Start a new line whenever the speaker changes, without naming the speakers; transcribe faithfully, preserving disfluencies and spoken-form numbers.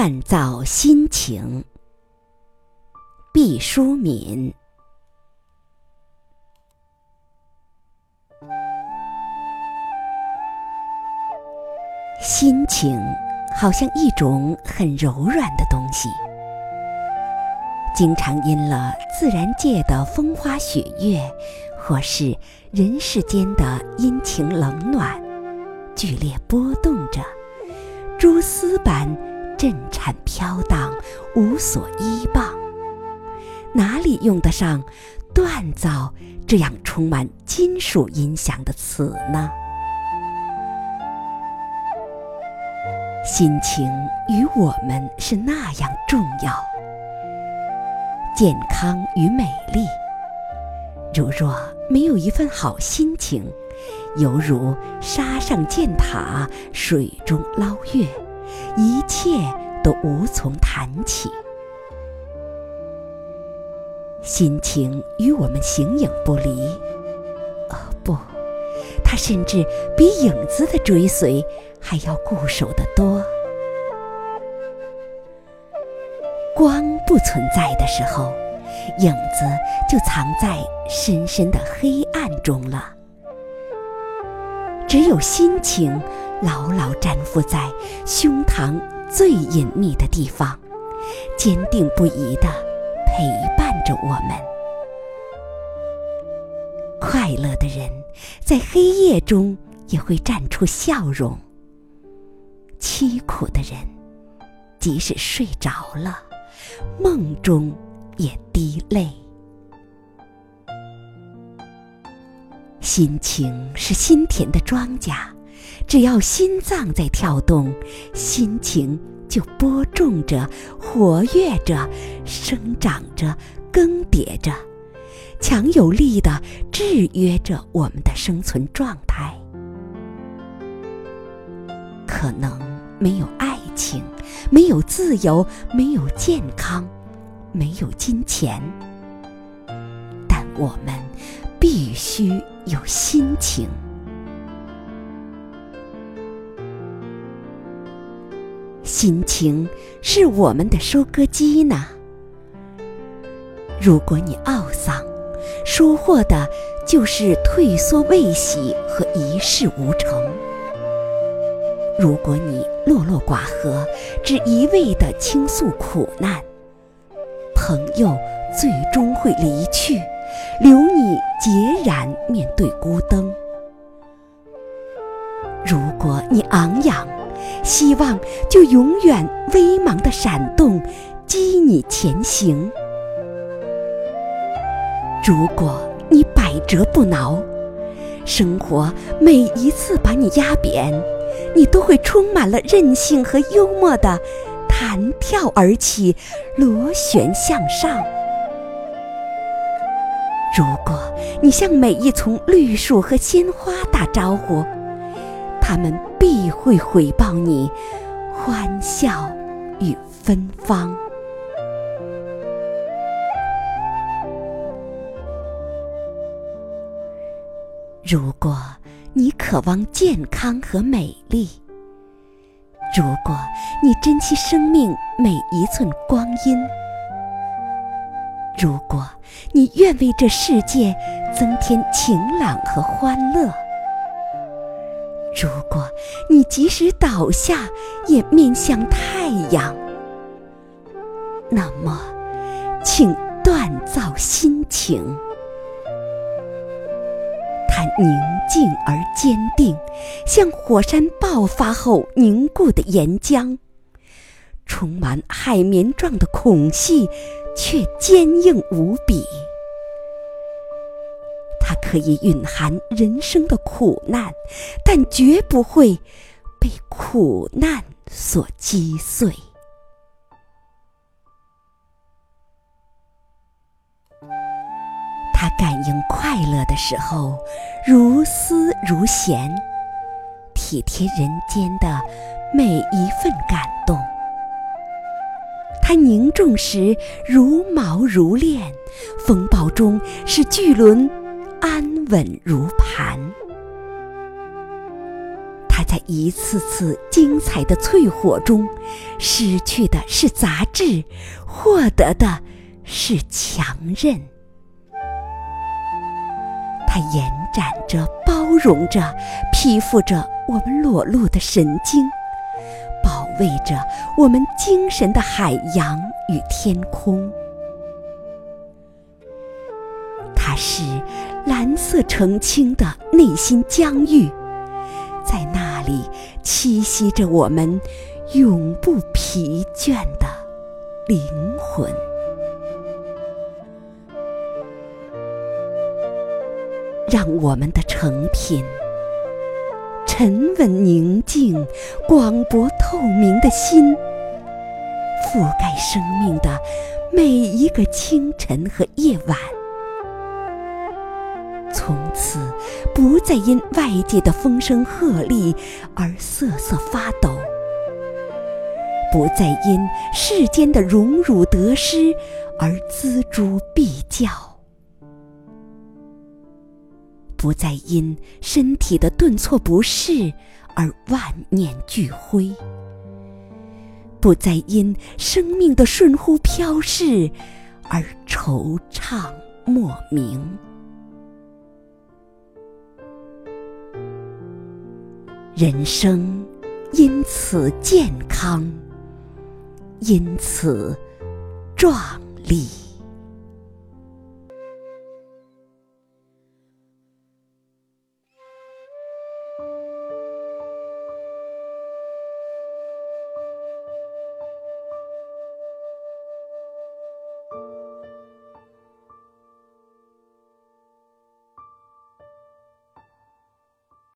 锻造心情。毕淑敏。心情好像一种很柔软的东西，经常因了自然界的风花雪月，或是人世间的阴晴冷暖，剧烈波动着，蛛丝般震颤飘荡，无所依傍。哪里用得上锻造这样充满金属音响的词呢？心情与我们是那样重要，健康与美丽。如若没有一份好心情，犹如沙上建塔，水中捞月，一切都无从谈起。心情与我们形影不离，哦不，它甚至比影子的追随还要固守得多。光不存在的时候，影子就藏在深深的黑暗中了。只有心情牢牢粘附在胸膛最隐秘的地方，坚定不移地陪伴着我们。快乐的人在黑夜中也会绽出笑容，凄苦的人即使睡着了，梦中也滴泪。心情是心田的庄稼，只要心脏在跳动，心情就播种着，活跃着，生长着，更迭着，强有力地制约着我们的生存状态。可能没有爱情，没有自由，没有健康，没有金钱，但我们必须有心情。心情是我们的收割机呢。如果你懊丧，收获的就是退缩未喜和一事无成。如果你落落寡合，只一味地倾诉苦难，朋友最终会离去，留你孑然面对孤灯。如果你昂扬，希望就永远微茫的闪动，激你前行。如果你百折不挠，生活每一次把你压扁，你都会充满了韧性和幽默地弹跳而起，螺旋向上。如果你向每一丛绿树和鲜花打招呼，他们必会回报你欢笑与芬芳。如果你渴望健康和美丽，如果你珍惜生命每一寸光阴，如果你愿为这世界增添晴朗和欢乐，如果你即使倒下也面向太阳，那么请锻造心情。它宁静而坚定，像火山爆发后凝固的岩浆，充满海绵状的孔隙，却坚硬无比。它可以蕴含人生的苦难，但绝不会被苦难所击碎。它感应快乐的时候如丝如弦，体贴人间的每一份感动。它凝重时如毛如链，风暴中使巨轮安稳如磐。它在一次次精彩的淬火中，失去的是杂质，获得的是强韧。它延展着，包容着，披覆着我们裸露的神经，保卫着我们精神的海洋与天空。它是蓝色澄清的内心疆域，在那里栖息着我们永不疲倦的灵魂。让我们的成品沉稳宁静、广博透明的心，覆盖生命的每一个清晨和夜晚，从此不再因外界的风声鹤唳而瑟瑟发抖，不再因世间的荣辱得失而锱铢必较，不再因身体的顿挫不适而万念俱灰，不再因生命的瞬忽飘逝而惆怅莫名。人生因此健康，因此壮丽。